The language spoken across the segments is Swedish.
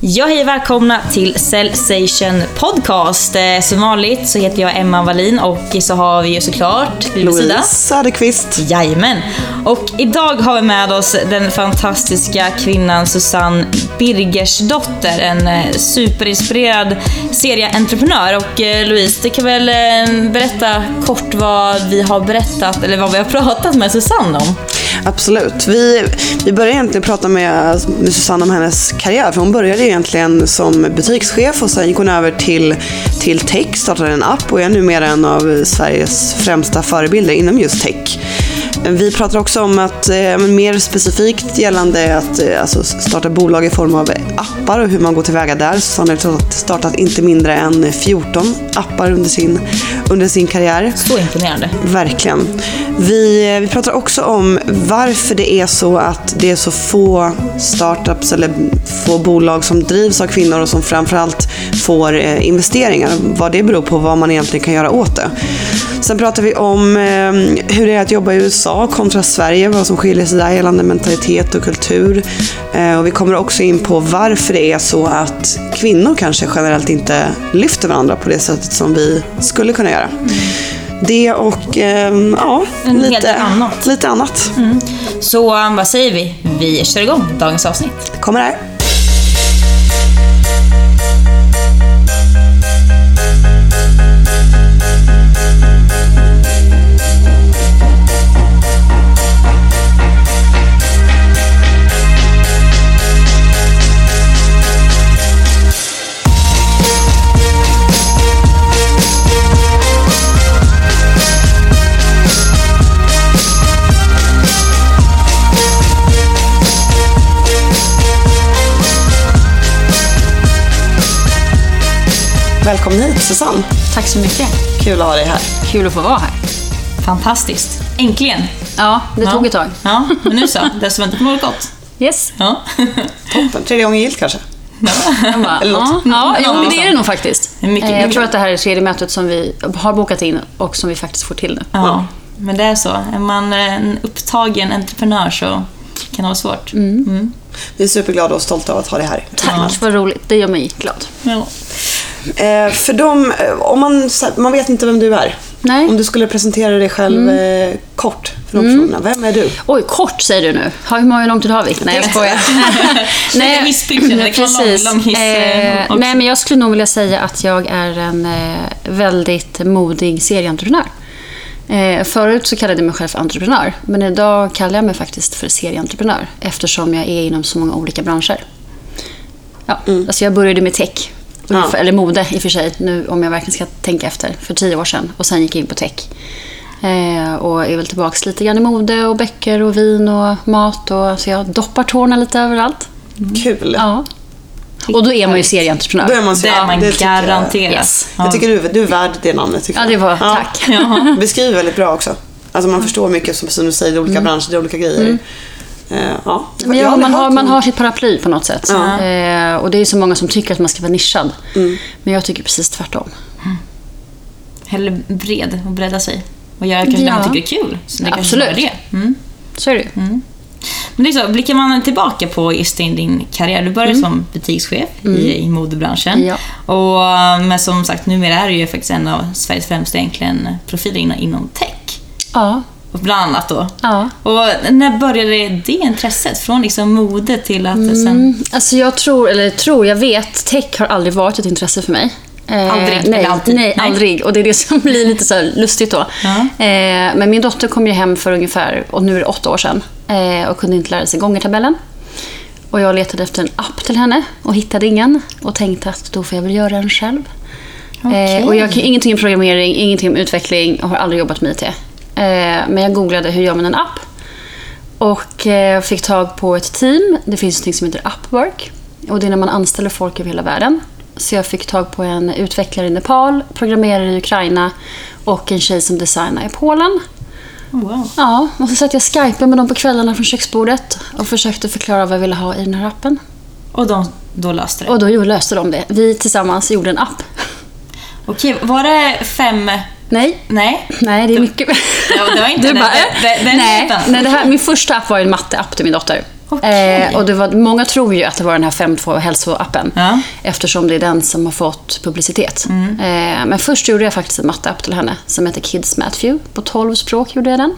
Ja, hej, välkomna till Cellsation podcast. Som vanligt så heter jag Emma Wallin och så har vi ju såklart Louise Söderqvist. Jajamän. Och idag har vi med oss den fantastiska kvinnan Susanne Birgersdotter, en superinspirerad serieentreprenör. Och Louise, du kan väl berätta kort vad vi har berättat eller vad vi har pratat med Susanne om? Absolut. Vi började egentligen prata med Susanne om hennes karriär. För hon började egentligen som butikschef och sen gick hon över till tech, startade en app och är numera en av Sveriges främsta förebilder inom just tech. Vi pratar också om att mer specifikt gällande att starta bolag i form av appar och hur man går tillväga där. Susanne har startat inte mindre än 14 appar under sin karriär. Så imponerande. Verkligen. Vi pratar också om varför det är så att det är så få startups eller få bolag som drivs av kvinnor och som framförallt får investeringar. Vad det beror på, vad man egentligen kan göra åt det. Sen pratar vi om hur det är att jobba i USA kontra Sverige, vad som skiljer sig där gällande mentalitet och kultur. Och vi kommer också in på varför det är så att kvinnor kanske generellt inte lyfter varandra på det sättet som vi skulle kunna göra. Det och lite annat. Så vad säger vi? Vi kör igång dagens avsnitt. Kommer här. Välkommen hit, Susanne. Tack så mycket. Kul att ha dig här. Kul att få vara här. Fantastiskt. Äntligen. Ja, det tog ett tag. Ja, men nu så. Det som inte mår gott. Yes. Ja. Toppen. 3 gånger gilt kanske. Ja, det är det nog faktiskt. Jag tror att det här är tredje mötet som vi har bokat in och som vi faktiskt får till nu. Ja, men det är så. Är man en upptagen entreprenör så kan det vara svårt. Vi är superglada och stolta av att ha dig här. Tack, vad roligt. Det gör mig glad. Ja. För om man vet inte vem du är. Nej. Om du skulle presentera dig själv kort för de personerna. Vem är du? Oj, kort säger du nu. Hur många lång tid har vi? Nej, jag skojar. Nej, men jag skulle nog vilja säga att jag är en väldigt modig serieentreprenör. Förut så kallade jag mig själv för entreprenör, men idag kallar jag mig faktiskt för serieentreprenör eftersom jag är inom så många olika branscher. Ja, alltså jag började med tech. Eller mode i och för sig, nu om jag verkligen ska tänka efter, för 10 år sedan. Och sen gick jag in på tech. Och är väl tillbaka lite grann i mode och böcker och vin och mat. Så jag doppar tårna lite överallt. Kul. Ja. Och då är man ju serieentreprenör. Då är man garanterat. Yes. Jag tycker du är värd det namnet. Ja, det var tack. Ja. Beskriver väldigt bra också. Alltså man förstår mycket som du säger, olika branscher, olika grejer. Men man har sitt paraply på något sätt. Och det är så många som tycker att man ska vara nischad. Men jag tycker precis tvärtom. Hellre bred och bredda sig. Och göra kanske det man tycker är kul. Så det absolut. Det. Så är det. Men det är så, blickar man tillbaka på just din karriär. Du började som butikschef i modebranschen. Ja. Men som sagt, numera är du ju faktiskt en av Sveriges främsta profiler inom tech. Ja. Bland annat då. Ja. Och när började det intresset från liksom mode till att sen... Alltså jag vet, tech har aldrig varit ett intresse för mig. Nej, aldrig. Och det är det som blir lite så lustigt då. Men min dotter kom ju hem för ungefär, och nu är det 8 år sedan, och kunde inte lära sig gångertabellen. Och jag letade efter en app till henne och hittade ingen. Och tänkte att då får jag väl göra den själv. Och jag kan ingenting om programmering, ingenting om utveckling och har aldrig jobbat med IT. Men jag googlade hur gör man en app. Och fick tag på ett team. Det finns något som heter Upwork. Och det är när man anställer folk över hela världen. Så jag fick tag på en utvecklare i Nepal, programmerare i Ukraina och en tjej som designar i Polen. Wow. Ja, och så satt jag Skype med dem på kvällarna från köksbordet och försökte förklara vad jag ville ha i den här appen. Och då löste det? Och då löste de det. Vi tillsammans gjorde en app. Okej, var det 5 Nej. Nej, det är mycket. Ja, det var inte min första app var en matteapp till min dotter. Okej. Och många tror ju att det var den här 5.2 hälsoappen. Ja. Eftersom det är den som har fått publicitet. Men först gjorde jag faktiskt en matteapp till henne som heter Kids Math View. På 12 språk gjorde jag den.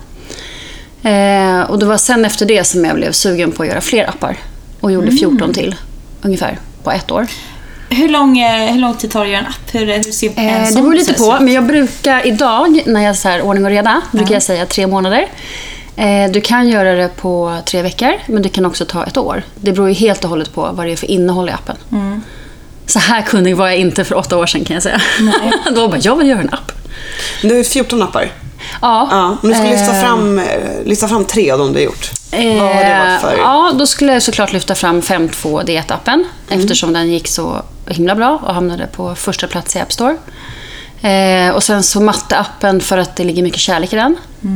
Och det var sen efter det som jag blev sugen på att göra fler appar. Och gjorde 14 till, ungefär, på 1 år. Hur lång tid tar det att göra en app? Hur ser en sån det beror lite process på, ut? men jag brukar idag, när jag så här ordning och reda, brukar jag säga 3 månader. Du kan göra det på 3 veckor, men det kan också ta 1 år. Det beror ju helt och hållet på vad det är för innehåll i appen. Så här kunnig var jag inte för 8 år sedan, kan jag säga. Nej. Då bara, jag vill göra en app. Du har 14 appar. Ja. Om du skulle lista fram 3 av dem du har gjort. Vad har det varit för? Ja, då skulle jag såklart lyfta fram 5.2 dietappen. Eftersom den gick så himla bra och hamnade på första plats i App Store. Och sen så matteappen för att det ligger mycket kärlek i den.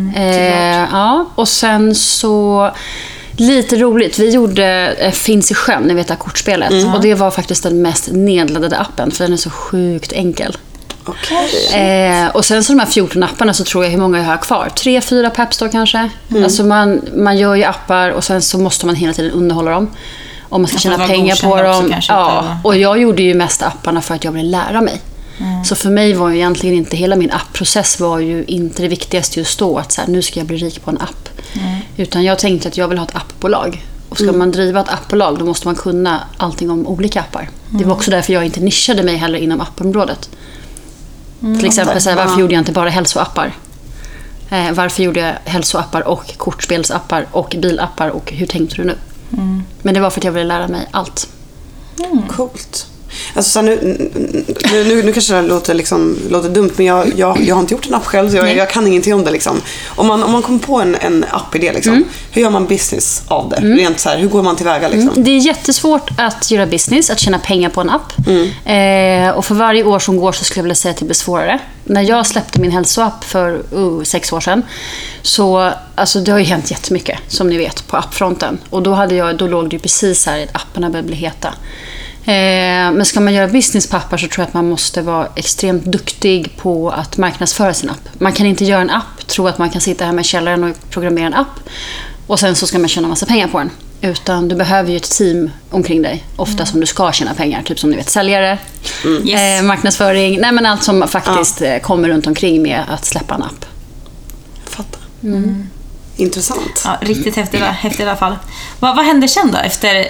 Ja, och sen så lite roligt, vi gjorde Finns i sjön, ni vet det här kortspelet. Och det var faktiskt den mest nedladdade appen för den är så sjukt enkel. Okay. Och sen så de här 14 apparna så tror jag hur många jag har kvar. 3-4 på App Store kanske. Alltså man gör ju appar och sen så måste man hela tiden underhålla dem. Om man ska tjäna pengar på dem. Ja, och jag gjorde ju mest apparna för att jag ville lära mig. Så för mig var ju egentligen inte hela min appprocess var ju inte det viktigaste just då. Att så här, nu ska jag bli rik på en app. Utan jag tänkte att jag vill ha ett appbolag. Och ska man driva ett appbolag då måste man kunna allting om olika appar. Det var också därför jag inte nischade mig heller inom appområdet. Till exempel så här, varför gjorde jag inte bara hälsoappar? Varför gjorde jag hälsoappar och kortspelsappar och bilappar och hur tänkte du nu? Men det var för att jag ville lära mig allt. Coolt. Alltså, så nu kanske det låter dumt, men jag har inte gjort en app själv så jag kan ingenting om det. Liksom. Om man kommer på en appidé, liksom, hur gör man business av det? Rent så här, hur går man tillväga? Liksom? Det är jättesvårt att göra business, att tjäna pengar på en app. Och för varje år som går så skulle jag vilja säga att det blir svårare. När jag släppte min hälsoapp för 6 år sedan så alltså, det har ju hänt jättemycket som ni vet på appfronten. Och då låg det ju precis här att apparna började bli heta. Men ska man göra business på appar så tror jag att man måste vara extremt duktig på att marknadsföra sin app. Man kan inte göra en app, tro att man kan sitta här med källaren och programmera en app och sen så ska man tjäna massa pengar på den. Utan du behöver ju ett team omkring dig, ofta som du ska tjäna pengar, typ som ni vet, säljare, marknadsföring, men allt som faktiskt kommer runt omkring med att släppa en app. Fattar. Intressant. Ja, riktigt häftigt i alla fall. Vad hände sen då efter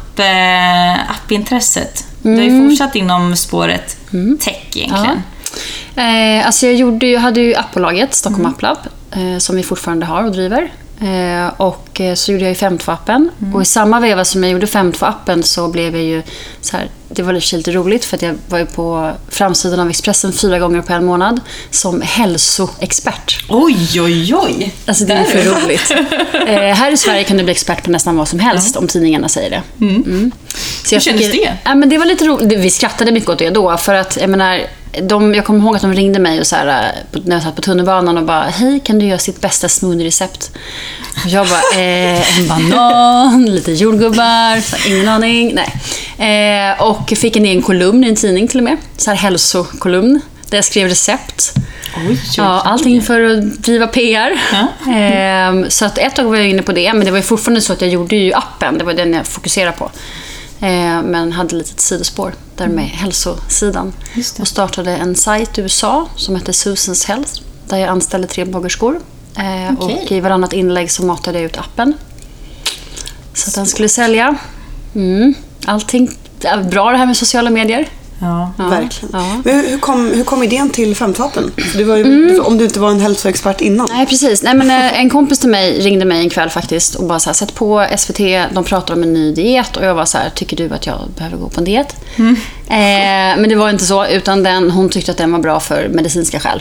appintresset? Du har ju fortsatt inom spåret tech egentligen. Alltså jag hade ju appbolaget Stockholm App Lab som vi fortfarande har och driver. Och så gjorde jag ju 5.2-appen. Och i samma veva som jag gjorde 5.2-appen så blev jag ju så här, det var lite roligt för att jag var ju på framsidan av Expressen 4 gånger på en månad som hälsoexpert. Oj! Alltså det är för roligt. Här i Sverige kan du bli expert på nästan vad som helst om tidningarna säger det. Så hur kändes det? Ja, men det var lite roligt. Vi skrattade mycket åt det då för att jag menar jag kommer ihåg att de ringde mig och så här, när jag satt på tunnelbanan och bara hej, kan du göra sitt bästa smoothie-recept? Och jag bara, en banan, lite jordgubbar, så ingen aning, nej. Och fick en egen kolumn i en tidning till och med, så här hälsokolumn, där jag skrev recept. Ja, allting för att driva PR. Så att ett tag var jag inne på det, men det var ju fortfarande så att jag gjorde ju appen, det var den jag fokuserade på. Men hade lite sidospår där med hälsosidan och startade en sajt i USA som heter Susan's Health där jag anställde 3 bloggerskor och i varannat inlägg så matade jag ut appen så att den skulle sälja. Allting är bra det här med sociala medier. Ja, verkligen. Ja. Men hur kom idén till 5.2-appen? Du var ju, om du inte var en hälsoexpert innan. Nej, precis. Nej, men en kompis till mig ringde mig en kväll faktiskt och bara så här, sätt på SVT, de pratar om en ny diet och jag var så här, tycker du att jag behöver gå på en diet? Men det var inte så, utan hon tyckte att den var bra för medicinska skäl.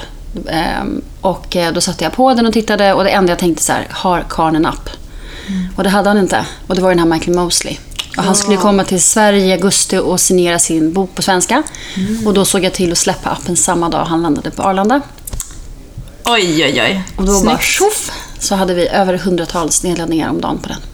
Och då satte jag på den och tittade och det enda jag tänkte så här, har Karn en app? Och det hade han inte. Och det var den här Michael Mosley. Och han skulle komma till Sverige i augusti och signera sin bok på svenska. Och då såg jag till att släppa appen samma dag han landade på Arlanda. Oj. Och då bara tjoff, så hade vi över 100-tals nedladdningar om dagen på den.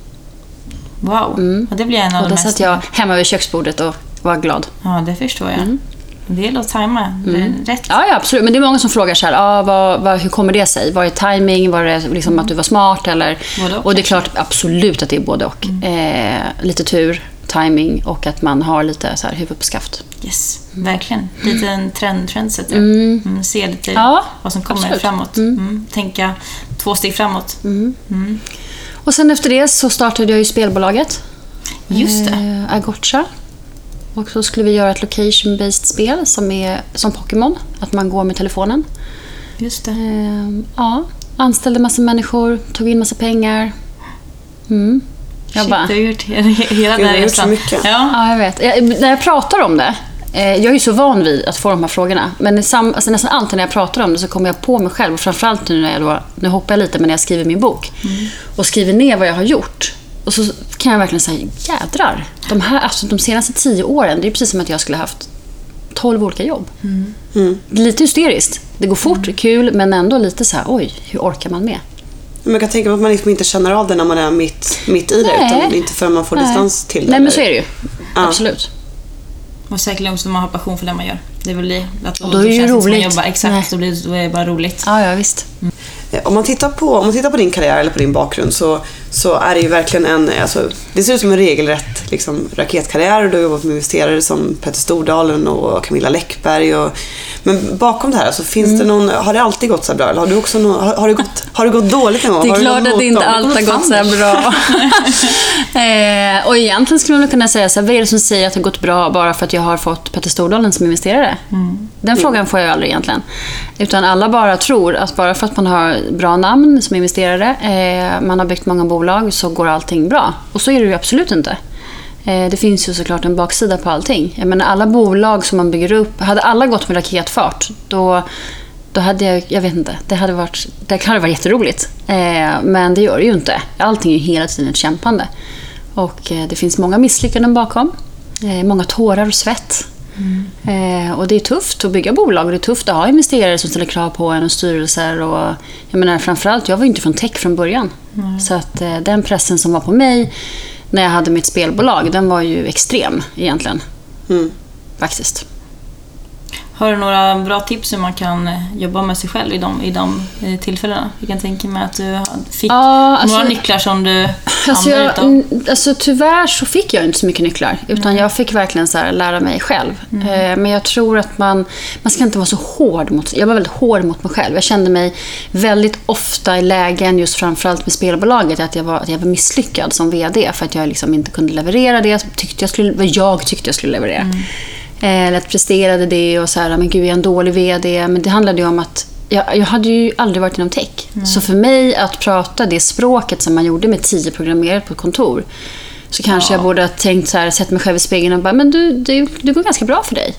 Wow, och det blir en av de mest. Och då satt jag hemma vid köksbordet och var glad. Ja, det förstår jag. Det är att tajma. Rätt. Ja, absolut. Men det är många som frågar så här, hur kommer det sig? Var det timing? Var det liksom att du var smart? Eller? Och det är klart absolut att det är både och. Lite tur, timing och att man har lite så här huvud på skaft. Yes, verkligen. Lite en trendsättare. Se lite vad som kommer framåt. Tänka 2 steg framåt. Och sen efter det så startade jag ju spelbolaget. Just det. Agotcha. Och så skulle vi göra ett location-based spel som är som Pokémon. Att man går med telefonen. Just det. Anställde massa människor, tog in massa pengar. Jag bara... Du har gjort hela den här resan. Ja, jag vet. När jag pratar om det, jag är ju så van vid att få de här frågorna. Men nästan alltid när jag pratar om det så kommer jag på mig själv. Och framförallt nu när nu hoppar jag lite men när jag skriver min bok. Och skriver ner vad jag har gjort. Och så kan jag verkligen säga, jädrar. De senaste 10 åren, det är precis som att jag skulle haft 12 olika jobb. Lite hysteriskt. Det går fort, kul, men ändå lite så här, oj, hur orkar man med? Men jag kan tänka mig att man liksom inte känner av det när man är mitt i det. Utan inte förrän man får distans till det. Nej, men så är det ju. Absolut. Och säkert också man har passion för det man gör. Det är väl det. Då är det ju roligt. Exakt, då är det bara roligt. Ja, visst. Om man tittar på din karriär eller på din bakgrund så är det ju verkligen det ser ut som en regelrätt liksom, raketkarriär. Du har jobbat med investerare som Petter Stordalen och Camilla Läckberg. Men bakom det här så finns det har det alltid gått så bra? Eller har du också har det gått dåligt någon gång? Det är klart att det inte alltid har gått så bra. Och egentligen skulle man kunna säga så här, vad är det som säger att det har gått bra bara för att jag har fått Petter Stordalen som investerare? Den frågan får jag aldrig egentligen. Utan alla bara tror att bara för att man har bra namn som investerare, man har byggt många bolag, så går allting bra. Och så är det ju absolut inte. Det finns ju såklart en baksida på allting. Jag menar, alla bolag som man bygger upp, hade alla gått med raketfart, då hade jag vet inte, det hade varit jätteroligt. Men det gör det ju inte. Allting är ju hela tiden ett kämpande. Och det finns många misslyckanden bakom. Många tårar och svett. Och det är tufft att bygga bolag, och det är tufft att ha investerare som ställer krav på en och styrelser. Och jag menar, framförallt, jag var ju inte från tech från början. Så att den pressen som var på mig när jag hade mitt spelbolag, den var ju extrem egentligen. Faktiskt. Har du några bra tips hur man kan jobba med sig själv i de tillfällena? Jag kan tänka mig att du fick några nycklar som du använde utav. Tyvärr så fick jag inte så mycket nycklar. Utan jag fick verkligen så här lära mig själv. Men jag tror att man ska inte vara så hård jag var väldigt hård mot mig själv. Jag kände mig väldigt ofta i lägen, just framförallt med spelbolaget, att jag var misslyckad som vd. För att jag liksom inte kunde leverera det jag tyckte jag skulle leverera. Eller att presterade det och så här, men gud, jag är en dålig vd. Men det handlade ju om att jag hade ju aldrig varit inom tech. Så för mig att prata det språket som man gjorde med 10 programmerare på ett kontor, så kanske jag borde ha tänkt så här, sett mig själv i spegeln och bara, men det går ganska bra för dig.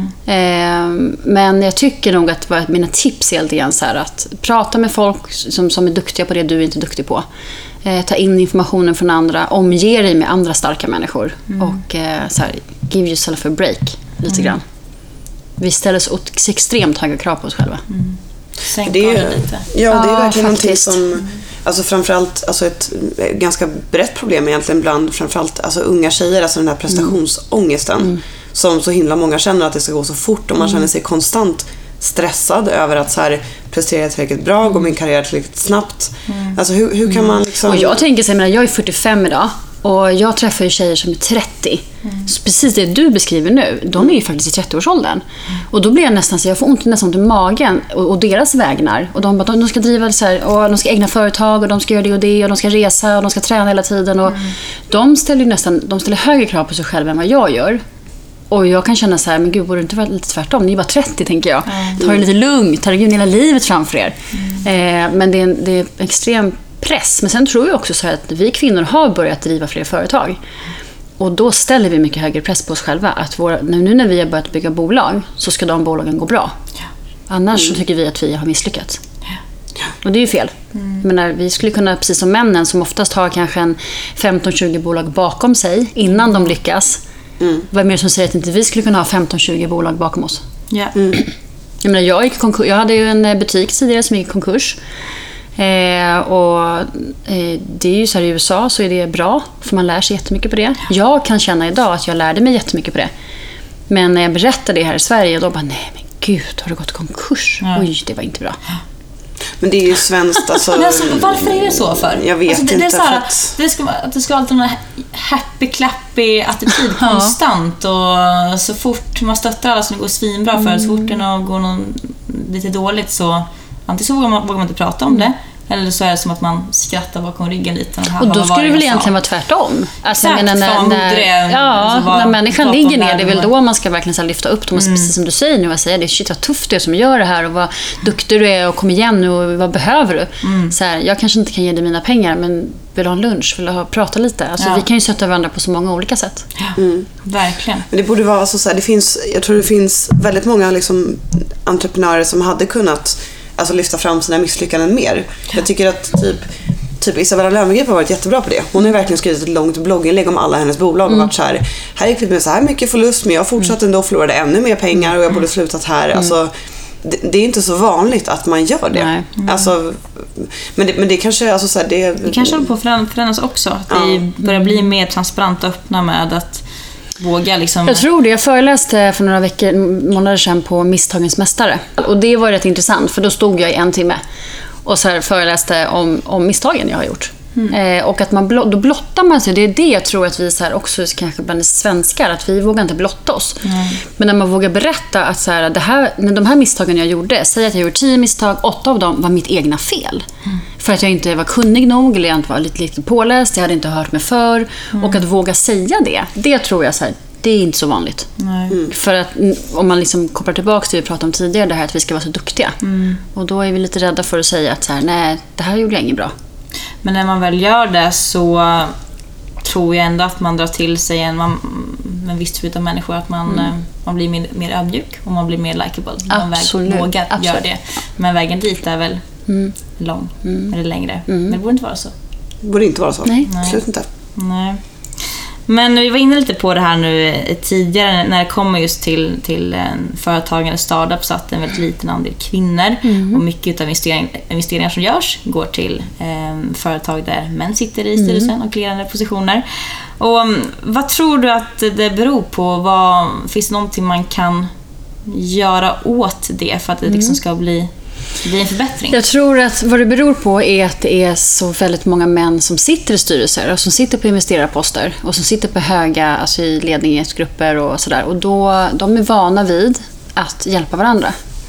Men jag tycker nog att mina tips är helt så här, att prata med folk som är duktiga på det du är inte duktig på. Ta in informationen från andra, omge dig med andra starka människor och så här, give yourself a break lite grann. Vi ställer så extremt höga krav på oss själva. Det är ju lite. Ja, det är verkligen någonting som framförallt ett ganska brett problem egentligen bland framförallt unga tjejer, den här prestationsångesten som så himla många känner, att det ska gå så fort och man känner sig konstant stressad över att så här prestera tillräckligt bra, gå min karriär tillräckligt snabbt. Hur kan man liksom... Och jag tänker så här, jag är 45 idag. Och jag träffar ju tjejer som är 30. Så precis det du beskriver nu, de är ju faktiskt i 30-årsåldern. Och då blir jag nästan så jag får nästan ont i magen och deras vägnar. Och de ska driva så här, och de ska ägna företag, och de ska göra det och det, och de ska resa, och de ska träna hela tiden. Och de ställer högre krav på sig själva än vad jag gör. Och jag kan känna så här, men gud, borde det inte vara lite tvärtom? Ni är bara 30, tänker jag. Ta det lite lugnt, ta det hela livet framför er. Men det är extrem press. Men sen tror jag också så här att vi kvinnor har börjat driva fler företag. Och då ställer vi mycket högre press på oss själva. Att nu när vi har börjat bygga bolag, så ska de bolagen gå bra. Annars så tycker vi att vi har misslyckats. Och det är ju fel. Jag menar, vi skulle kunna, precis som männen som oftast har kanske en 15-20 bolag bakom sig innan de lyckas. Vad är det mer som säger att inte vi skulle kunna ha 15-20 bolag bakom oss? Jag menar, jag hade ju en butik tidigare som gick i konkurs. Det är ju så här, i USA så är det bra, för man lär sig jättemycket på det. Jag kan känna idag att jag lärde mig jättemycket på det. Men när jag berättade det här i Sverige, då bara, nej men gud, har du gått konkurs? Oj, det var inte bra. Men det är ju svenskt. Alltså, varför är det så för? Jag vet inte. Det är så här, det ska alltid vara en happy-clappy attityd konstant. Och så fort man stöttar alla som det går svinbra för, så fort det går lite dåligt, så antingen så vågar man inte prata om det, eller så är det som att man skrattar bakom ryggen lite. Och då skulle det väl egentligen vara tvärtom. Alltså, exakt, när människan ligger ner, det är väl då man ska verkligen så här lyfta upp dem. Precis som du säger nu, säger det, shit vad tufft det är som gör det här, och vad duktig du är, och kom igen nu, och vad behöver du? Så här, jag kanske inte kan ge dig mina pengar, men vill du ha en lunch, vill du prata lite? Alltså, vi kan ju sätta varandra på så många olika sätt. Verkligen. Men det borde vara så här, jag tror det finns väldigt många liksom, entreprenörer som hade kunnat lyfta fram sina misslyckanden mer. Jag tycker att typ Isabella Löwengrip har varit jättebra på det. Hon har verkligen skrivit ett långt blogginlägg om alla hennes bolag och varit så här gick vi med så här mycket förlust, men jag fortsatte ändå och förlorade ännu mer pengar, och jag borde slutat här. Alltså, det är inte så vanligt att man gör det. Alltså, men det kanske alltså, så här, det kanske håller på att förändras också. Att vi börjar bli mer transparent och öppna med att våga liksom. Jag tror det. Jag föreläste för några månader sedan på Misstagens mästare. Och det var rätt intressant, för då stod jag i 1 timme och så här föreläste om misstagen jag har gjort. Och att då blottar man sig. Det är det jag tror att vi så här också, kanske bland svenskar, att vi vågar inte blotta oss. Men när man vågar berätta att så här, de här misstagen jag gjorde, säg att jag gjorde 10 misstag, 8 av dem var mitt egna fel. För att jag inte var kunnig nog, eller jag inte var lite påläst, jag hade inte hört mig för. Och att våga säga det tror jag så här, det är inte så vanligt. För att om man liksom kopplar tillbaka till det vi pratade om tidigare, det här att vi ska vara så duktiga. Och då är vi lite rädda för att säga att så här, nej, det här gjorde jag inget bra. Men när man väl gör det, så tror jag ändå att man drar till sig en viss typ av människor, att man blir mer ödmjuk och man blir mer likeable. Man vågar göra det. Men vägen dit är väl lång eller längre. Men det borde inte vara så. Det borde inte vara så. Nej. Absolut inte. Nej. Men vi var inne lite på det här nu tidigare, när det kommer just till företag eller startups, att en väldigt liten andel kvinnor, och mycket av investeringar som görs går till företag där män sitter i styrelsen och ledande positioner. Och vad tror du att det beror på? Finns det någonting man kan göra åt det för att det liksom ska bli en förbättring? Jag tror att vad det beror på är att det är så väldigt många män som sitter i styrelser och som sitter på investerarposter och som sitter på höga, alltså i ledningsgrupper och sådär. Och då, de är vana vid att hjälpa varandra.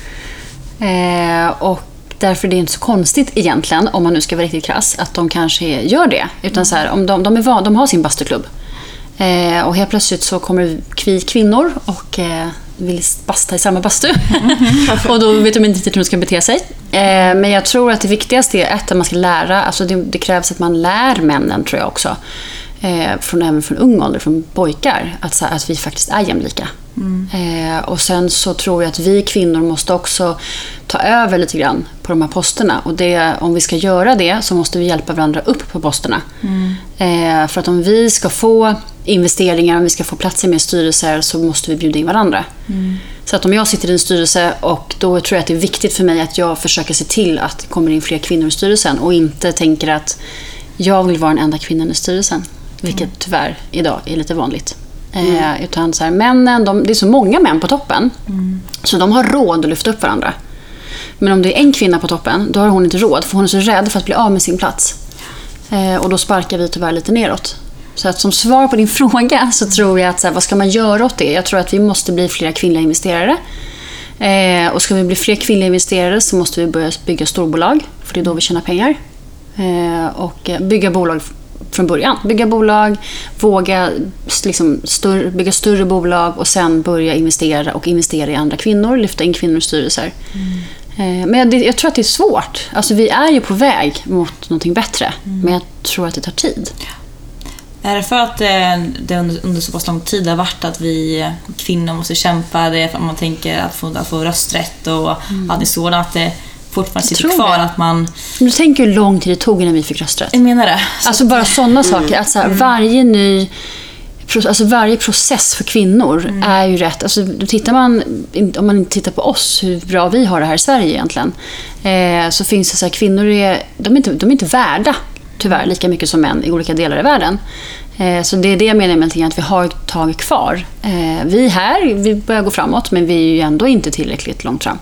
Och därför är det inte så konstigt egentligen, om man nu ska vara riktigt krass, att de kanske gör det. Utan så här, om de har sin bastuklubb. Och helt plötsligt så kommer vi kvinnor och vill basta i samma bastu. Och då vet de inte hur de ska bete sig. Men jag tror att det viktigaste är att man ska lära. Alltså det krävs att man lär männen, tror jag också. Även från ung ålder, från pojkar. Att vi faktiskt är jämlika. Och sen så tror jag att vi kvinnor måste också ta över lite grann på de här posterna. Och om vi ska göra det, så måste vi hjälpa varandra upp på posterna. För att om vi ska få investeringar, om vi ska få platser med styrelser, så måste vi bjuda in varandra. Så att om jag sitter i en styrelse, och då tror jag att det är viktigt för mig att jag försöker se till att det kommer in fler kvinnor i styrelsen, och inte tänker att jag vill vara den enda kvinnan i styrelsen, vilket tyvärr idag är lite vanligt. Utan så här, männen, det är så många män på toppen, så de har råd att lyfta upp varandra. Men om det är en kvinna på toppen, då har hon inte råd, för hon är så rädd för att bli av med sin plats. Och då sparkar vi tyvärr lite neråt. Så att som svar på din fråga, så tror jag att så här, vad ska man göra åt det? Jag tror att vi måste bli fler kvinnliga investerare. Och ska vi bli fler kvinnliga investerare, så måste vi börja bygga storbolag, för det är då vi tjänar pengar. Och bygga bolag från början. Bygga bolag, våga liksom bygga större bolag, och sen börja investera i andra kvinnor, lyfta in kvinnor i styrelser. Men jag tror att det är svårt. Alltså vi är ju på väg mot någonting bättre, men jag tror att det tar tid. Är det för att det under så pass lång tid har varit att vi kvinnor måste kämpa, det för att man tänker att få rösträtt och allt det sådant, att det fortfarande sitter kvar att man... Du tänker hur lång tid det tog innan vi fick rösträtt. Jag menar det. Alltså bara sådana saker. Att så här, varje process för kvinnor är ju rätt. Alltså, om man inte tittar på oss, hur bra vi har det här i Sverige egentligen, så finns det så här, kvinnor de är inte värda tyvärr lika mycket som män i olika delar av världen. Så det är det jag menar med att vi har ett tag kvar. Vi börjar gå framåt, men vi är ju ändå inte tillräckligt långt fram.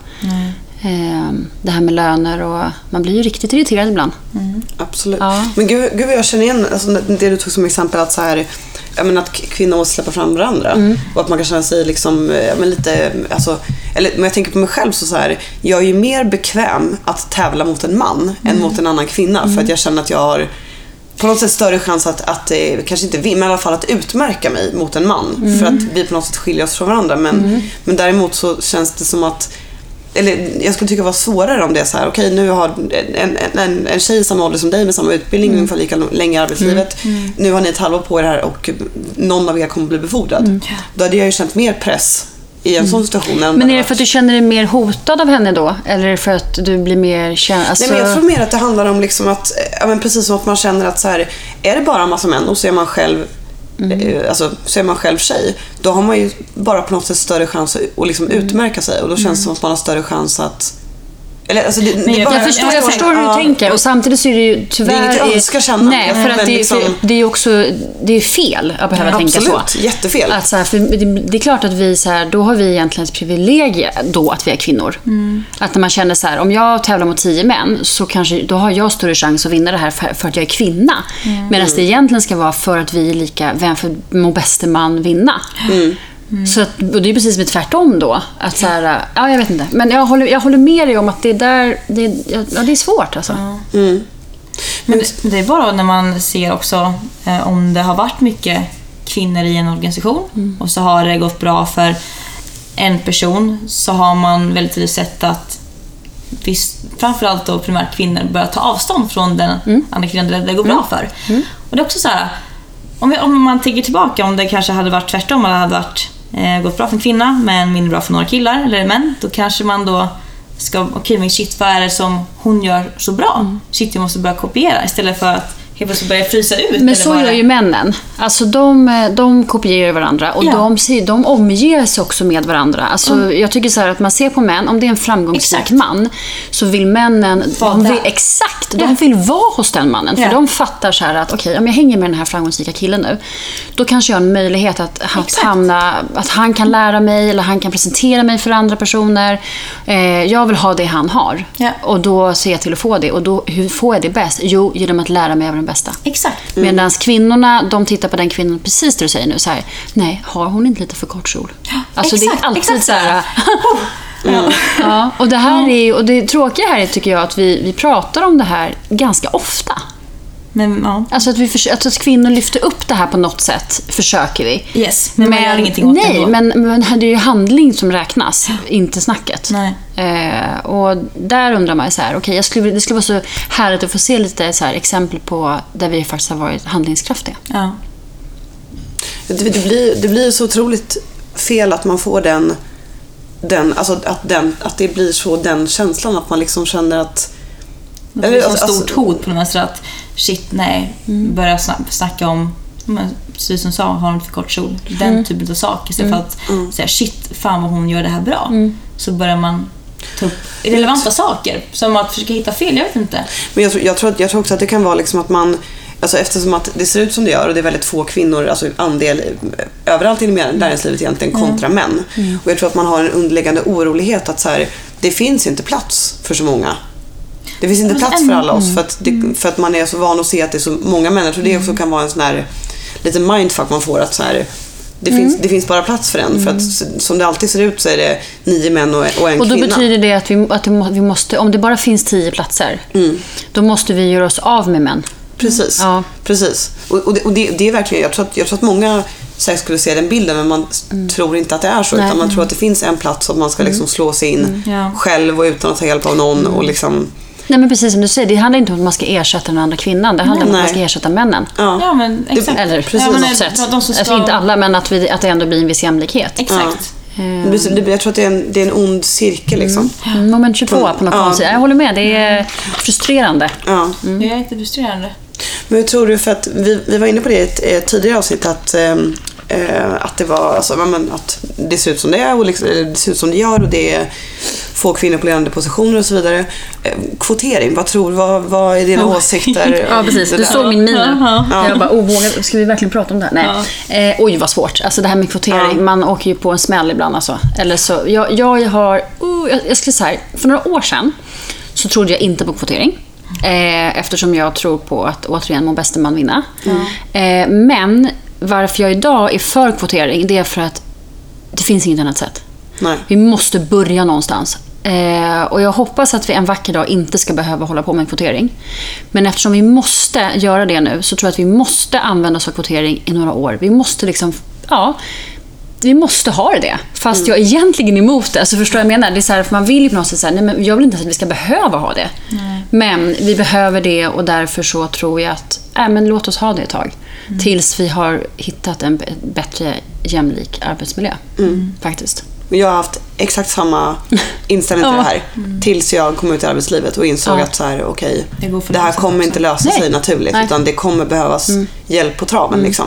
Det här med löner och man blir ju riktigt irriterad ibland. Absolut. Ja. Men gud vad jag känner igen alltså, det du tog som exempel att så här, jag menar, att kvinnor måste släppa fram varandra och att man kan känna sig liksom, men lite alltså, eller men jag tänker på mig själv så här, jag är ju mer bekväm att tävla mot en man än mot en annan kvinna för att jag känner att jag har på något sätt större chans att kanske inte vinna, men i alla fall att utmärka mig mot en man för att vi på något sätt skiljer oss från varandra, men däremot så känns det som att, eller jag skulle tycka det var svårare om det är så här, okej, nu har en tjej i samma ålder som dig med samma utbildning ungefär lika länge i arbetslivet. Nu har ni ett halvår på er här och någon av er kommer bli befordrad. Då hade jag ju känt mer press i en sån situation. Men är det för att du känner dig mer hotad av henne då? Eller är det för att du blir mer alltså... Nej, men jag tror mer att det handlar om liksom att, ja, men precis som att man känner att så här, är det bara en massa män och så är man själv alltså, så är man själv tjej, då har man ju bara på något sätt större chans att liksom utmärka sig, och då känns det som att man har större chans att, eller, alltså, jag förstår hur du tänker, och samtidigt så är det ju tyvärr det är inget jag önskar känna. Nej, för att det är också det är fel att behöva tänka så. Absolut, jättefel. Att så här, för det är klart att vi så här, då har vi egentligen ett privilegie då att vi är kvinnor. Att när man känner så här, om jag tävlar mot 10 män så kanske då har jag större chans att vinna det här för att jag är kvinna. Medan det egentligen ska vara för att vi är lika, vem för må bäste man vinna. Så att, och det är precis med tvärtom då att så här, ja, jag vet inte, men jag håller med dig om att det är svårt alltså. Men det är bara när man ser också om det har varit mycket kvinnor i en organisation och så har det gått bra för en person, så har man väldigt tydligt sett att framförallt då primärt kvinnor börjar ta avstånd från den andra kvinnan det går bra för. Och det är också så här, om man tänker tillbaka, om det kanske hade varit tvärtom, eller hade varit gått bra för en kvinna men mindre bra för några killar eller män, då kanske man då ska, okej, men shit, vad är det som hon gör så bra? Shit, jag måste börja kopiera istället för att helt plötsligt börja frysa ut. Men så gör ju männen. Alltså de kopierar varandra och de omger sig också med varandra. Alltså jag tycker så här att man ser på män, om det är en framgångsrik man, så vill männen de vill vara hos den mannen, för de fattar så här att okej, om jag hänger med den här framgångsrika killen nu, då kanske jag har en möjlighet att han kan lära mig, eller han kan presentera mig för andra personer. Jag vill ha det han har. Och då ser jag till att få det, och då hur får jag det bäst? Jo, genom att lära mig av den bästa. Exakt. Medan kvinnorna, de tittar på den kvinnan precis det du säger nu, så här, nej, har hon inte lite för kort kjol? Alltså det är alltid så här. Ja, och det här är, och det tråkiga här är, tycker jag, att vi pratar om det här ganska ofta. Men, alltså att kvinnor lyfter upp det här på något sätt, försöker vi. Yes, men man gör ingenting åt det. Men det är ju handling som räknas, inte snacket. Nej. Och där undrar man så här, okej, det skulle vara så härligt att få se lite så här exempel på där vi faktiskt har varit handlingskraftiga. Ja. Det blir så otroligt fel att man får alltså att det blir så, den känslan att man liksom känner att det är ett stort hot på något sätt, att shit, nej, börja snacka om, precis som sa, har hon för kort kjol, den typen av saker, istället för att säga shit, fan vad hon gör det här bra, så börjar man ta upp relevanta saker, som att försöka hitta fel, jag vet inte. Men jag tror också att det kan vara liksom att man, alltså eftersom att det ser ut som det gör och det är väldigt få kvinnor, alltså andel överallt i näringslivet egentligen kontra män. Och jag tror att man har en underliggande orolighet att så här, det finns inte plats för så många. Det finns inte plats för alla oss för att man är så van att se att det är så många människor. Det också kan vara en sån här liten mindfuck man får, att så här, det finns bara plats för en, för att som det alltid ser ut så är det 9 män och en kvinna. Och då betyder det att vi måste, om det bara finns 10 platser, då måste vi göra oss av med män. Precis. Precis. Och det är verkligen, jag tror att många säkert skulle se den bilden, men man tror inte att det är så. Nej. Utan man tror att det finns en plats och man ska liksom slå sig in själv och utan att ta hjälp av någon och liksom. Nej, men precis som du säger, det handlar inte om att man ska ersätta den andra kvinnan. Det handlar om att man ska ersätta männen. Ja, men exakt. Eller precis på något sätt. Inte alla, men att det ändå blir en viss jämlikhet. Exakt. Jag tror att det är en ond cirkel liksom. Moment 22 på något konstigt. Jag håller med, det är frustrerande. Det är inte frustrerande. Men hur tror du, för att vi var inne på det i ett tidigare avsnitt, att att det var alltså, att det ser ut som det är och liksom, det ser ut som det gör och det är få kvinnor på ledande positioner och så vidare. Kvotering, vad är dina åsikter? Ja, precis. Du såg min min. Jag bara, ska vi verkligen prata om det här? Nej. Oj, vad svårt. Alltså det här med kvotering, man åker ju på en smäll ibland alltså. Eller så, jag skulle säga, för några år sedan så trodde jag inte på kvotering. Eftersom jag tror på att återigen må bästa man vinna. Men varför jag idag är för kvotering, det är för att det finns inget annat sätt. Nej. Vi måste börja någonstans. Och jag hoppas att vi en vacker dag inte ska behöva hålla på med kvotering. Men eftersom vi måste göra det nu, så tror jag att vi måste använda oss av kvotering i några år. Vi måste vi måste ha det. Fast jag är egentligen emot det. Alltså förstår jag menar? Det är så här, för man vill ju på något sätt säga, nej men jag vill inte att vi ska behöva ha det. Nej. Men vi behöver det och därför så tror jag att men låt oss ha det ett tag. Tills vi har hittat en bättre jämlik arbetsmiljö. Faktiskt. Jag har haft exakt samma inställning till det här tills jag kom ut i arbetslivet och insåg att så här, okej, det här kommer inte lösa sig naturligt utan det kommer behövas hjälp på traven liksom.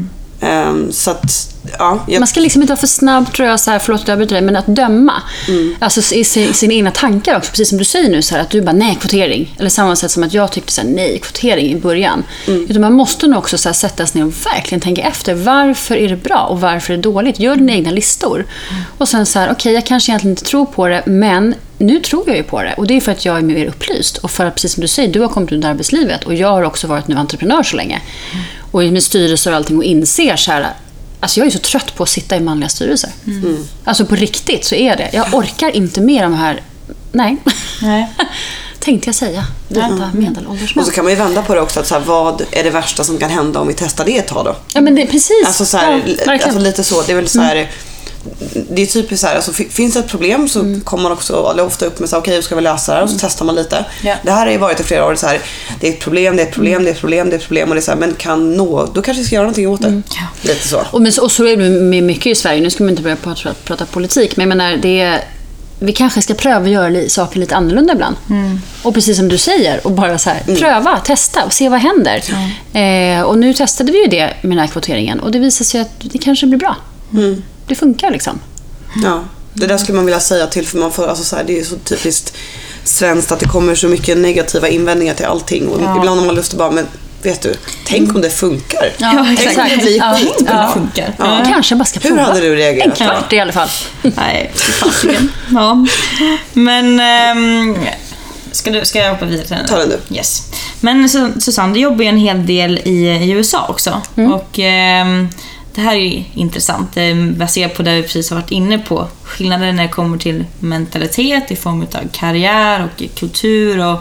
Så att man ska liksom inte vara för snabb, tror jag, så här, förlåt att jag bryter dig, men att döma. Alltså i sina egna tankar också, precis som du säger nu så här, att du bara, nej, kvotering. Eller samma sätt som att jag tyckte så här, nej, kvotering i början. Utan man måste nog också så här, sätta sig ner och verkligen tänka efter, varför är det bra och varför är det dåligt? Gör dina egna listor. Och sen så här, okej, jag kanske egentligen inte tror på det, men nu tror jag ju på det. Och det är för att jag är mer upplyst. Och för att, precis som du säger, du har kommit ut i arbetslivet och jag har också varit nu entreprenör så länge. Och i min styrelse och allting och inser så här, alltså jag är så trött på att sitta i manliga styrelser. Alltså på riktigt så är det. Jag orkar inte mer de här... Nej. Tänkte jag säga. Vita medelålders män. Och så kan man ju vända på det också. Att så här, vad är det värsta som kan hända om vi testar det ett tag då? Ja, men det är precis. Alltså, så här, alltså lite så. Det är väl så här... Det är typiskt så här, alltså, finns det ett problem så kommer man också ofta upp med så här, okej, hur ska vi lösa det? Och så testar man lite. Det här har ju varit i flera år så här, det är ett problem, det är ett problem, det är ett problem, det är ett problem och det är så här, men då kanske vi ska göra någonting åt det. Lite så. Och så är det med mycket i Sverige. Nu ska man inte börja prata politik, men jag menar, vi kanske ska pröva att göra saker lite annorlunda ibland. Och precis som du säger, och bara så här, pröva, testa och se vad händer. Och nu testade vi ju det med den här kvoteringen och det visar sig att det kanske blir bra. Det funkar liksom. Ja, det där skulle man vilja säga till, för man får, alltså så här, det är så typiskt svenskt att det kommer så mycket negativa invändningar till allting och ibland har man lust att bara, men vet du, tänk om det funkar. Tänk om det blir skit. Det funkar. Kanske bara ska prova. Hur hade du reagerat? En kvart i alla fall. Nej, men ska jag hoppa vidare till den? Ta den du. Yes. Men Susanne, du jobbar ju en hel del i USA också. Och det här är ju intressant, baserat på det vi precis har varit inne på. Skillnader när det kommer till mentalitet i form av karriär och kultur och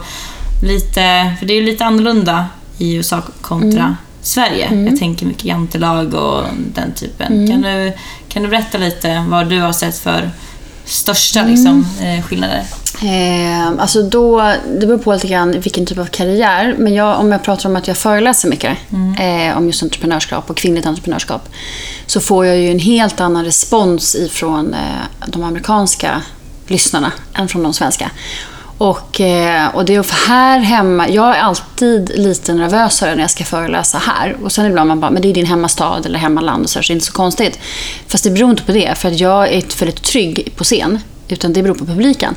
lite, för det är ju lite annorlunda i USA kontra Sverige. Jag tänker mycket jantelag och den typen. Kan du berätta lite vad du har sett för största skillnader? Alltså det beror på lite grann vilken typ av karriär. Men om jag pratar om att jag föreläser mycket om just entreprenörskap och kvinnligt entreprenörskap, så får jag ju en helt annan respons ifrån de amerikanska lyssnarna än från de svenska. Och det är för här hemma, jag är alltid lite nervösare när jag ska föreläsa här. Och sen ibland man bara, men det är din hemmastad eller hemmaland och så det är inte så konstigt. Fast det beror inte på det, för att jag är inte väldigt trygg på scen, utan det beror på publiken.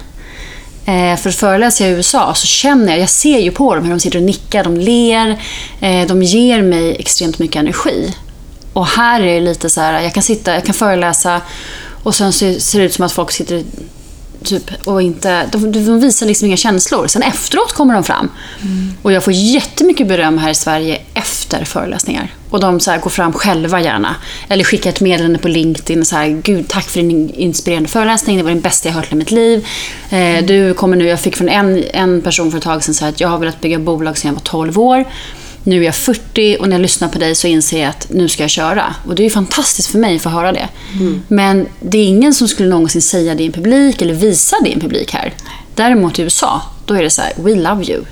För att föreläsa i USA så känner jag ser ju på dem hur de sitter och nickar, de ler, de ger mig extremt mycket energi. Och här är det lite så här, jag kan föreläsa och sen ser det ut som att folk sitter typ och inte, de visar liksom inga känslor. Sen efteråt kommer de fram. Och jag får jättemycket beröm här i Sverige efter föreläsningar. Och de så här går fram själva gärna. Eller skickar ett meddelande på LinkedIn så här, gud, tack för din inspirerande föreläsning. Det var den bästa jag hört i mitt liv. Du kommer nu, jag fick från en person för ett tag sedan så här, att jag har velat bygga bolag sedan jag var 12 år. Nu är jag 40 och när jag lyssnar på dig så inser jag att nu ska jag köra. Och det är ju fantastiskt för mig att få höra det. Men det är ingen som skulle någonsin säga det i en publik eller visa det i en publik här. Däremot i USA, då är det så här, we love you.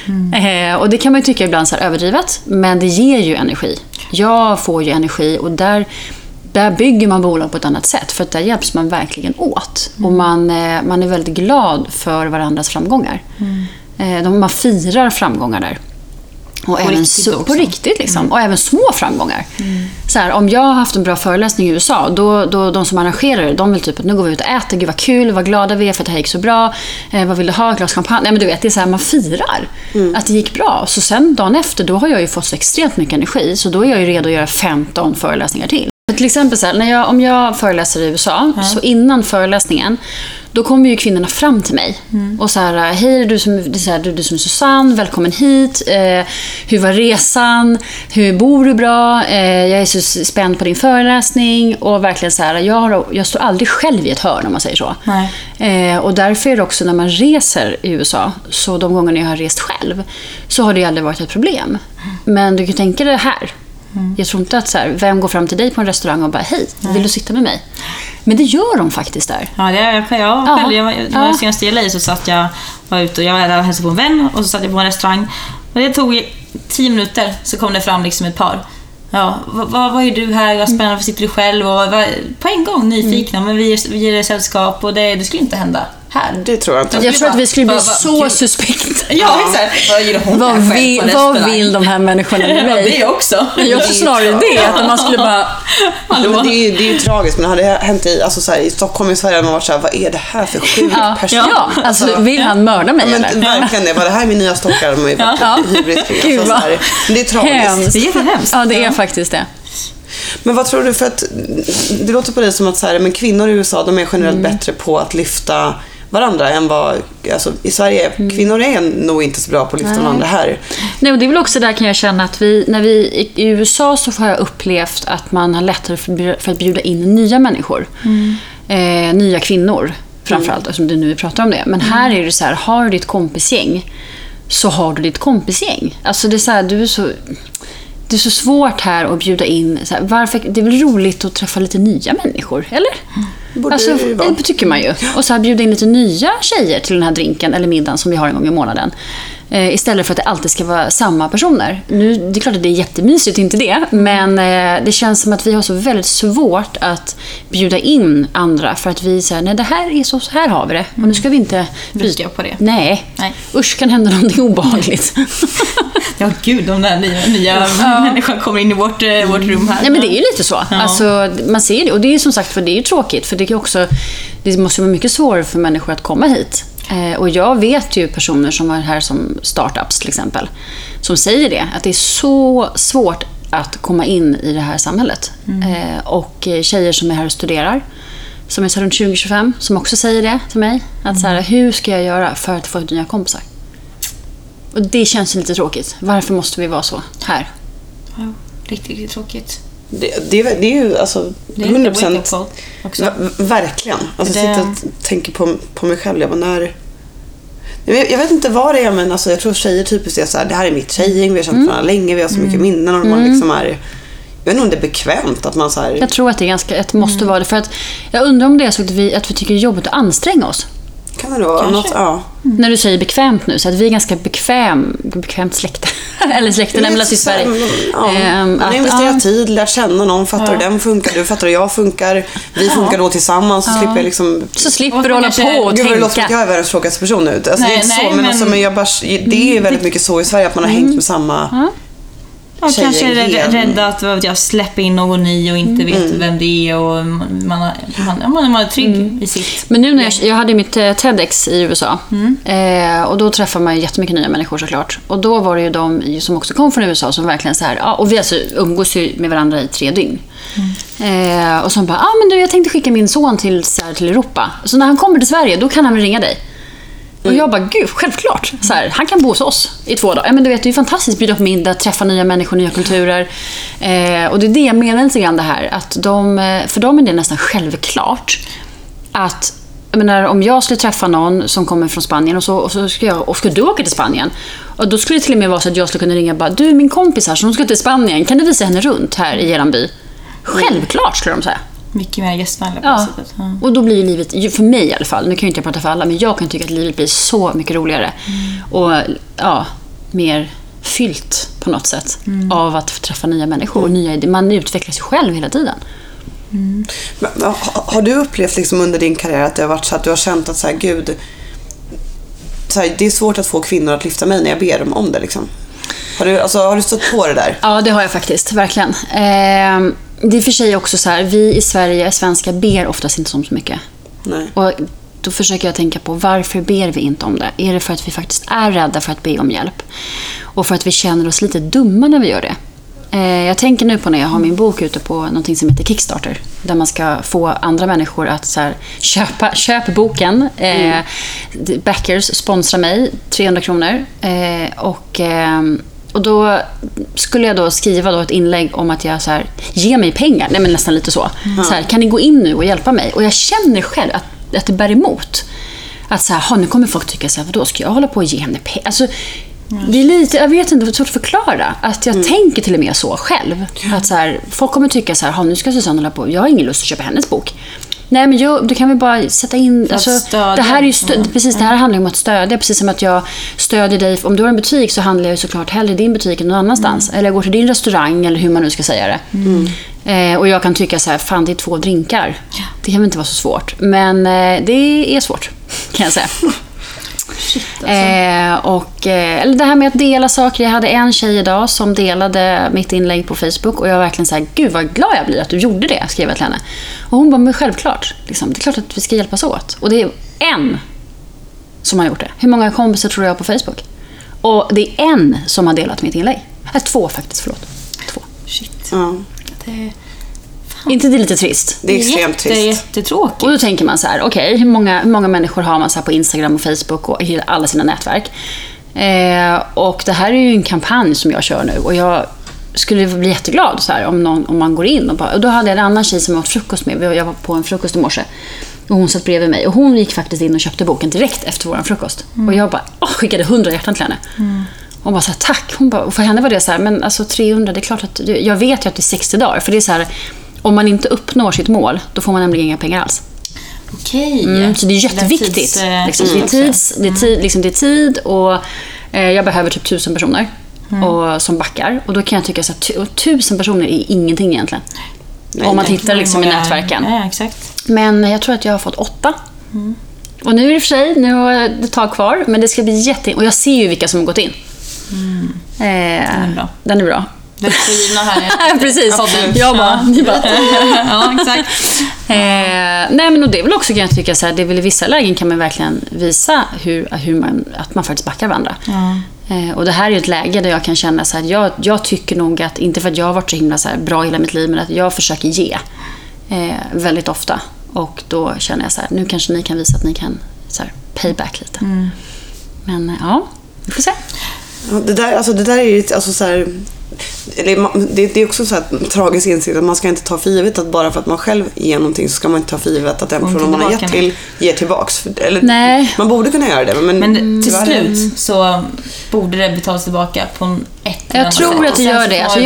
Och det kan man ju tycka ibland så här överdrivet, men det ger ju energi. Jag får ju energi och där bygger man bolag på ett annat sätt, för att där hjälps man verkligen åt. Och man är väldigt glad för varandras framgångar. Man firar framgångar där. Och på även riktigt på riktigt liksom. Och även små framgångar. Så här, om jag har haft en bra föreläsning i USA, då de som arrangerar det, de vill typ att nu går vi ut och äter, gud vad kul, vad glada vi är för att det här gick så bra, vad vill du ha, ett glas champagne? Nej men du vet, det är så här, man firar att det gick bra. Så sen dagen efter, då har jag ju fått så extremt mycket energi, så då är jag ju redo att göra 15 föreläsningar till. Till exempel så här, om jag föreläser i USA, så innan föreläsningen, då kommer ju kvinnorna fram till mig och så här, hej du som är Susanne, välkommen hit, hur var resan, hur bor du bra, jag är så spänd på din föreläsning, och verkligen så här, jag står aldrig själv i ett hörn om man säger så. Och därför är det också när man reser i USA, så de gånger jag har rest själv, så har det aldrig varit ett problem. Men du kan tänka dig det här. Jag tror inte att så här, vem går fram till dig på en restaurang och bara, hej, vill du sitta med mig? Men det gör de faktiskt där. Ja, det är jag själv. Senast i LA så satt jag ute och jag var där och hälsade på en vän, och så satt jag på en restaurang. Och det tog 10 minuter, så kom det fram liksom ett par. Ja, vad är du här? Vad spännande, för sitter du själv? Och på en gång nyfikna, men vi är sällskap, och det skulle inte hända här. Det tror jag inte. Jag tror att vi skulle bli så suspekta. Ja, exakt. Vad vill de här människorna med mig? Det också. Jag tror snarare det, att man skulle bara... Men det är ju tragiskt, men hade det hänt i Stockholm, i Sverige, man var så här, vad är det här för sjuk person? Ja, alltså vill han mörda mig eller? Verkligen det, var det här min nya stockare? De är hybrid. Gud, men det är tragiskt. Det är jättehemskt. Ja, det är faktiskt det. Men vad tror du, för att det låter på dig som att så här, men kvinnor i USA, de är generellt bättre på att lyfta varandra än vad, alltså, i Sverige, kvinnor är nog inte så bra på att lyfta varandra här. Nej, och det är väl också där kan jag känna att när vi i USA, så har jag upplevt att man har lättare för att bjuda in nya människor. Nya kvinnor framförallt, eftersom du nu pratar om det. Men här är det så här, har du ditt kompisgäng, så har du ditt kompisgäng. Alltså det är så här, det är så svårt här att bjuda in så här, varför, det är väl roligt att träffa lite nya människor, eller? Alltså, det tycker man ju. Och så här, bjuda in lite nya tjejer till den här drinken eller middagen som vi har en gång i månaden. Istället för att det alltid ska vara samma personer. Nu, det är klart att det är jättemysigt, inte det. Men det känns som att vi har så väldigt svårt att bjuda in andra. För att vi säger, nej det här är så här har vi det. Och nu ska vi inte bryta på det. Nej. Usch, kan hända någonting obehagligt. Ja gud, de där nya människan kommer in i vårt rum här. Nej, men det är ju lite så. Alltså, man ser det. Och det är som sagt, för det är ju tråkigt. För det måste vara mycket svårare för människor att komma hit. Och jag vet ju personer som är här som startups till exempel, som säger det, att det är så svårt att komma in i det här samhället. Och tjejer som är här och studerar, som är så runt 20-25, som också säger det till mig, att så här, hur ska jag göra för att få nya kompisar? Och det känns lite tråkigt. Varför måste vi vara så här? Ja, riktigt tråkigt. Det är ju alltså 100% också. Verkligen. Alltså jag sitter och tänker på mig själv. Jag vet inte vad det är, men alltså, jag tror tjejer typiskt är så här, det här är mitt tjejgäng, vi har känt varandra länge, vi har så mycket minnen, och man liksom är, jag vet inte om det är bekvämt att man så här... Jag tror att det är ganska, måste vara det, för att jag undrar om det är så att vi tycker det är jobbigt att anstränga oss. Kan det vara något? Ja. När du säger bekvämt nu, så att vi är ganska bekvämt släkte. Eller släkten nämlas i Sverige. Man investerar tid, lär känna någon, fattar den funkar, du fattar jag funkar, vi funkar då tillsammans, så slipper jag liksom... Så slipper du hålla på och tänka. Gud, det låter som att jag är världens tråkigaste person nu. Alltså, det är inte så, men, alltså, men jag bara, det är väldigt mycket så i Sverige, att man har hängt med samma... Ja, kanske är rädda att jag släpper in någon ny och inte vet vem det är, och man är trygg i sitt. Men nu när jag hade mitt TEDx i USA, och då träffar man ju jättemycket nya människor såklart. Och då var det ju de som också kom från USA som verkligen så här, och vi alltså umgås ju med varandra i 3 dygn. Och som bara, men du, jag tänkte skicka min son till Europa. Så när han kommer till Sverige, då kan han väl ringa dig. Och jag bara, gud, självklart. Så här, han kan bo hos oss i 2 dagar. Men du vet, det är ju fantastiskt att bjuda på middag, träffa nya människor, nya kulturer. Och det är det jag menar lite grann det här. Att för dem är det nästan självklart att, jag menar, om jag skulle träffa någon som kommer från Spanien och så ska du åka till Spanien. Och då skulle det till och med vara så att jag skulle kunna ringa bara, du, min kompis här som ska till Spanien, kan du visa henne runt här i eran by? Självklart skulle de säga. Mycket mer gästvänliga på sättet. Och då blir ju livet, för mig i alla fall, nu kan jag inte prata för alla, men jag kan tycka att livet blir så mycket roligare och mer fyllt på något sätt av att träffa nya människor och nya idéer. Man utvecklar sig själv hela tiden. Men, har du upplevt liksom under din karriär att det har varit så att du har känt att så här, gud, så här, det är svårt att få kvinnor att lyfta mig när jag ber dem om det liksom? Har du stött på det där? Ja, det har jag faktiskt, verkligen. Det är för sig också så här, vi i Sverige, svenskar, ber oftast inte om så mycket. Nej. Och då försöker jag tänka på, varför ber vi inte om det? Är det för att vi faktiskt är rädda för att be om hjälp? Och för att vi känner oss lite dumma när vi gör det? Jag tänker nu på när jag har min bok ute på någonting som heter Kickstarter. Där man ska få andra människor att så här, köp boken. Backers sponsrar mig 300 kronor. Och då skulle jag då skriva då ett inlägg om att jag så här, ge mig pengar. Nej, men nästan lite så. Så här, kan ni gå in nu och hjälpa mig? Och jag känner själv att det bär emot. Att så här, nu kommer folk tycka så här, vadå ska jag hålla på och ge henne pengar? Alltså, det är lite, jag vet inte, det är svårt att förklara. Att jag tänker till och med så själv. Att så här, folk kommer tycka så här, nu ska Susanne hålla på. Jag har ingen lust att köpa hennes bok. Nej, men du kan väl bara sätta in... Alltså, det här är ju precis, det här handlar om att stödja. Precis som att jag stödjer dig. Om du har en butik så handlar jag ju såklart hellre i din butik än någon annanstans. Eller jag går till din restaurang, eller hur man nu ska säga det. Och jag kan tycka så här, fan det är 2 drinkar. Det kan väl inte vara så svårt. Men det är svårt, kan jag säga. Shit, alltså. Eller det här med att dela saker. Jag hade en tjej idag som delade mitt inlägg på Facebook. Och jag var verkligen så här, gud vad glad jag blir att du gjorde det, skrev jag till henne. Och hon bara, men självklart liksom, det är klart att vi ska hjälpas åt. Och det är en som har gjort det. Hur många kompisar tror jag på Facebook? Och det är en som har delat mitt inlägg. 2 faktiskt, förlåt. 2. Shit. Ja. Inte det är lite trist? Det är extremt trist. Det är jättetråkigt. Och då tänker man så här, okej, hur många människor har man så här på Instagram och Facebook och i alla sina nätverk? Och det här är ju en kampanj som jag kör nu. Och jag skulle bli jätteglad så här, om man går in. Och då hade jag en annan tjej som jag åt frukost med. Jag var på en frukost i morse. Och hon satt bredvid mig. Och hon gick faktiskt in och köpte boken direkt efter våran frukost. Och jag bara skickade 100 hjärtan till henne. Hon bara så här, tack. Hon bara, och för henne var det så här, men alltså 300, det är klart att... Jag vet ju att det är 60 dagar. För det är så här... Om man inte uppnår sitt mål, då får man nämligen inga pengar alls. Okej. Så det är jätteviktigt. Liksom, det är tid och jag behöver typ 1000 personer och, som backar. Och då kan jag tycka så att 1000 personer är ingenting egentligen. Nej, om man tittar liksom i nätverken. Ja, exakt. Men jag tror att jag har fått 8. Och nu är det för sig, nu har jag ett tag kvar. Men det ska bli och jag ser ju vilka som har gått in. Den är bra. Här precis. Jag bara, ni bara. ja, exakt. Nej, men och det är väl också, kan jag tycka så här, det är väl i vissa lägen kan man verkligen visa att man faktiskt backar varandra. Och det här är ju ett läge där jag kan känna så här, jag tycker nog att, inte för att jag har varit så himla så här bra hela mitt liv, men att jag försöker ge väldigt ofta. Och då känner jag så här, nu kanske ni kan visa att ni kan så här, payback lite. Men ja, vi får se. Ja, det där är ju alltså så här, det är också så här tragisk insikt att man ska inte ta för givet att bara för att man själv ger någonting så ska man inte ta för givet att den person man har gett till ger tillbaks. Eller, nej. Man borde kunna göra det. Men till slut så borde det betalas tillbaka på ett jag tror att det gör det. Alltså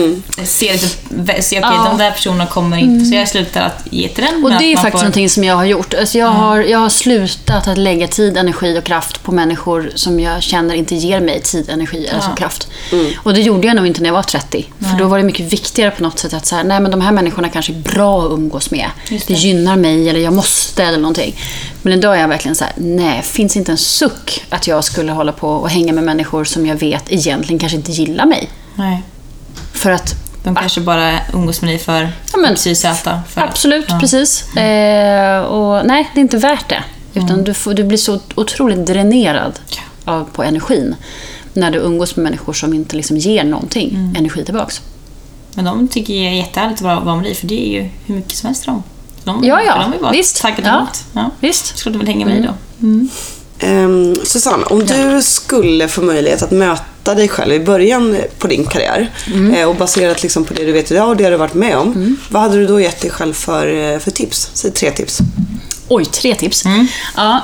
de där personerna kommer inte, så jag slutar att ge till den. Och det är faktiskt någonting som jag har gjort. Alltså jag har slutat att lägga tid, energi och kraft på människor som jag känner inte ger mig tid, energi eller kraft. Och det gjorde jag nog inte när jag var 30. För då var det mycket viktigare på något sätt att så här, nej men de här människorna kanske är bra att umgås med. Det gynnar mig eller jag måste eller någonting. Men idag är jag verkligen så här, nej, finns inte en suck att jag skulle hålla på och hänga med människor som jag vet egentligen kanske inte gillar mig. Nej. För att de kanske bara umgås med dig för XYZ. Absolut, precis. Och nej, det är inte värt det. Utan du blir så otroligt dränerad på energin när du umgås med människor som inte liksom ger någonting energi tillbaks. Men de tycker jag är jättehärligt att vara med dig, för det är ju hur mycket som helst de är bara visst. Tackat emot. Visst. Skulle du väl hänga med då? Susanne, om du skulle få möjlighet att möta dig själv i början på din karriär och baserat liksom på det du vet idag och det du varit med om, vad hade du då gett dig själv för tips? Säg 3 tips. Oj, 3 tips. Ja,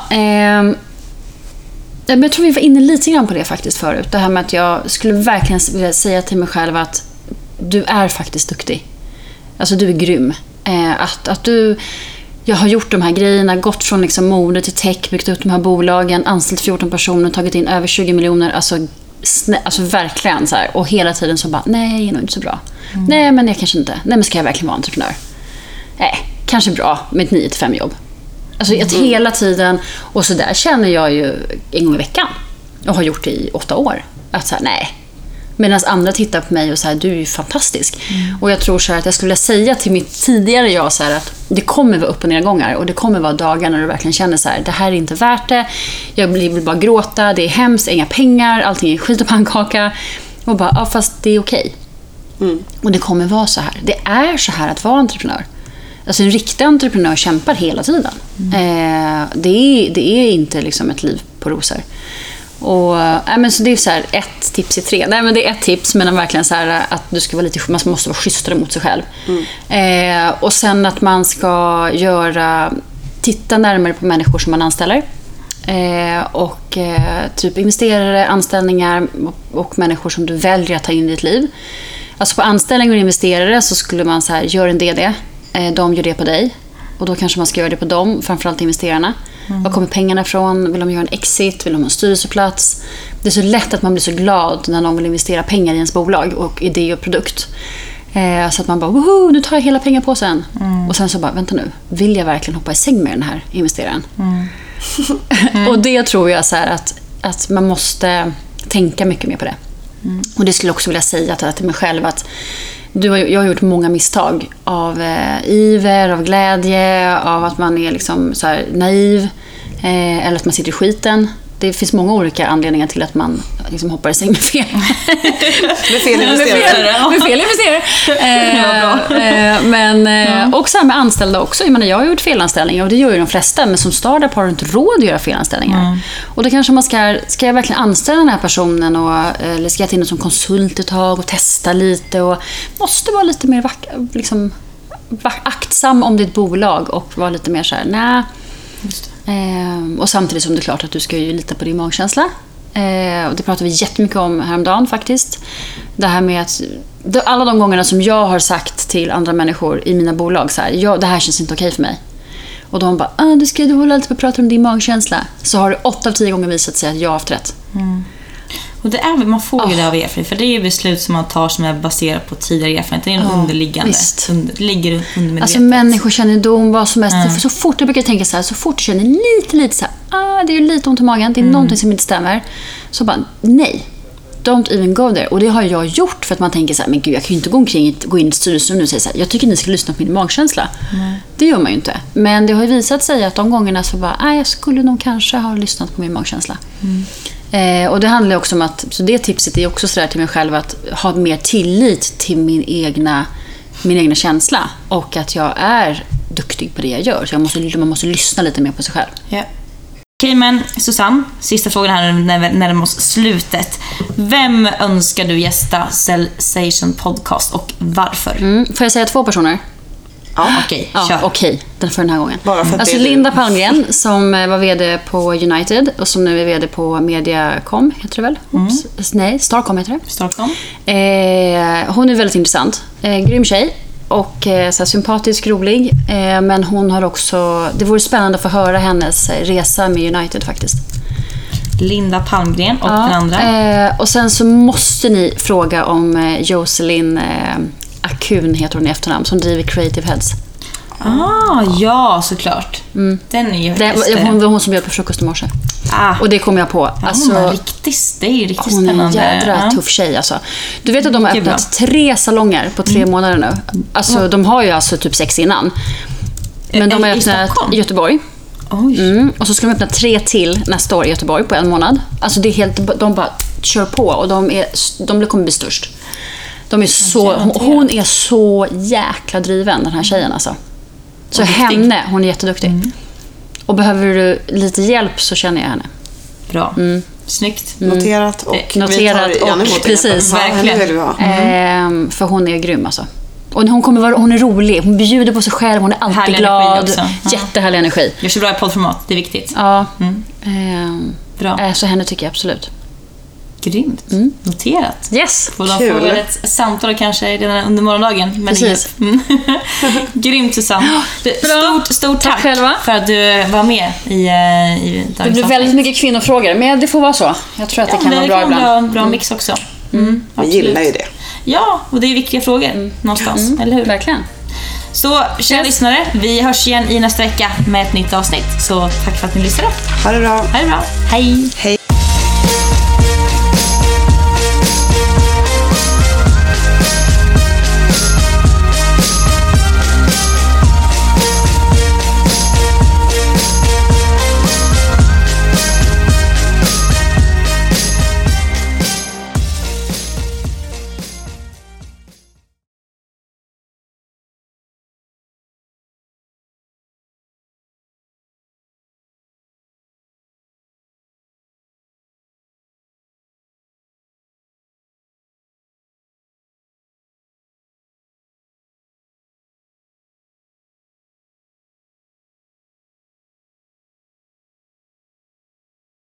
men jag tror vi var inne lite grann på det faktiskt förut. Det här med att jag skulle verkligen vilja säga till mig själv att du är faktiskt duktig. Alltså du är grym. Att du... Jag har gjort de här grejerna, gått från liksom mode till tech, byggt upp de här bolagen, anställt 14 personer, tagit in över 20 miljoner. Alltså verkligen så här. Och hela tiden så bara, nej, jag är nog inte så bra. Nej, men jag kanske inte. Nej, men ska jag verkligen vara entreprenör? Nej, kanske bra med ett 9-5 jobb. Alltså att hela tiden, och så där känner jag ju en gång i veckan. Och har gjort det i 8 år. Att så här, nej. Medan andra tittar på mig och säger, du är ju fantastisk. Och jag tror så här att jag skulle vilja säga till mitt tidigare jag så här att det kommer vara upp- och nedgångar. Och det kommer vara dagar när du verkligen känner så här, det här är inte värt det. Jag vill bara gråta, det är hemskt, inga pengar, allting är skit och pannkaka. Och bara, ja fast det är okej. Och det kommer vara så här. Det är så här att vara entreprenör. Alltså en riktig entreprenör kämpar hela tiden. Det är inte liksom ett liv på rosor. Och, men så det är så här, ett tips i 3. Nej, men det är ett tips, men verkligen så här att du ska vara man måste vara schysstare mot sig själv. Och sen att man ska titta närmare på människor som man anställer. Och typ investerare, anställningar och människor som du väljer att ta in i ditt liv. Alltså på anställningar och investerare så skulle man så här, gör en DD. De gör det på dig. Och då kanske man ska göra det på dem, framförallt investerarna. Var kommer pengarna ifrån? Vill de göra en exit? Vill de ha en styrelseplats? Det är så lätt att man blir så glad när någon vill investera pengar i ens bolag och idé och produkt. Så att man bara, woho, nu tar jag hela pengapåsen. Och sen så bara, vänta nu, vill jag verkligen hoppa i säng med den här investeraren? Och det tror jag så här att man måste tänka mycket mer på det. Och det skulle jag också vilja säga till mig själv att jag har gjort många misstag av iver, av glädje, av att man är liksom så här naiv eller att man sitter i skiten. Det finns många olika anledningar till att man liksom hoppar i säng med fel. Med fel investerare. Med fel investerare. Men också här med anställda också. Jag har gjort felanställningar och det gör ju de flesta. Men som startup har du inte råd att göra felanställningar. Och då kanske man ska jag verkligen anställa den här personen eller ska jag till någon som konsult ett tag och testa lite och måste vara lite mer aktsam om ditt bolag och vara lite mer så här, nej. Och samtidigt som det är klart att du ska ju lita på din magkänsla. Och det pratar vi jättemycket om häromdagen faktiskt. Det här med att alla de gångerna som jag har sagt till andra människor i mina bolag så här, det här känns inte okej för mig. Och de bara, du håller alltid på att prata om din magkänsla. Så har det 8 av 10 gånger visat sig att jag har haft rätt. Och det är, man får ju det av erfarenhet, för det är ju beslut som man tar som är baserat på tidigare erfarenhet. Det är en underliggande. Det ligger undermedvetet. Alltså människokännedom, vad som helst. Så fort jag brukar tänka så här, så fort jag känner lite så här, det är ju lite ont i magen, det är någonting som inte stämmer. Så bara, nej. Don't even go there. Och det har jag gjort för att man tänker så här, men gud, jag kan ju inte gå in i styrelsen nu och säga så här, jag tycker ni ska lyssna på min magkänsla. Det gör man ju inte. Men det har ju visat sig att de gångerna så bara, jag skulle nog kanske ha lyssnat på min magkänsla. Och det handlar också om att, så det tipset är också sådär till mig själv att ha mer tillit till min egna känsla och att jag är duktig på det jag gör. Så man måste lyssna lite mer på sig själv. Ja. Okej, men Susanne, sista frågan här närmar oss slutet. Vem önskar du gästa Cellsation podcast och varför? Får jag säga 2 personer? Ja, okej, kör. Okej, för den här gången. Bara för att alltså Linda Palmgren som var vd på United och som nu är vd på Mediacom, heter det väl? Nej, Starcom heter det. Starcom. Hon är väldigt intressant. Grym tjej och så här, sympatisk, rolig. Men hon har också, det vore spännande att få höra hennes resa med United faktiskt. Linda Palmgren och den andra. Och sen så måste ni fråga om Jocelyn Akun heter hon i efternamn, som driver Creative Heads. Ja, såklart. Den är ju hon var hon som bjöd på frukost i morse. Och det kom jag på. Alltså, det är riktigt spännande. Hon är en jädra tuff tjej alltså. Du vet att de har öppnat 3 salonger på 3 månader nu. Alltså de har ju alltså typ 6 innan. Men de har öppnat i Göteborg. Och så ska de öppna 3 till nästa år i Göteborg på 1 månad. Alltså det är helt, de bara kör på och de kommer bli störst. Hon är så jäkla driven, den här tjejen alltså. Så hon är jätteduktig. Och behöver du lite hjälp så känner jag henne. Bra. Snyggt. Noterat och vi tar gärna emot precis, verkligen. För hon är grym alltså. Och hon är rolig, hon bjuder på sig själv, hon är alltid härlig glad. Jättehärlig energi. Gör så bra i poddformat, det är viktigt. Ja. Bra. Så henne tycker jag absolut. Grymt. Noterat. Yes. Och då får vi ett samtal kanske redan under morgondagen. Precis. Grymt, Susanne. Stort tack själva för att du var med i dagens. Det blir väldigt mycket kvinnofrågor, men det får vara så. Jag tror att det kan vara bra ibland. Det kan bra mix också. Jag gillar ju det. Ja, och det är viktiga frågor någonstans, eller hur? Verkligen. Så, kära lyssnare, vi hörs igen i nästa vecka med ett nytt avsnitt. Så tack för att ni lyssnade. Ha det bra. Hej. Hej.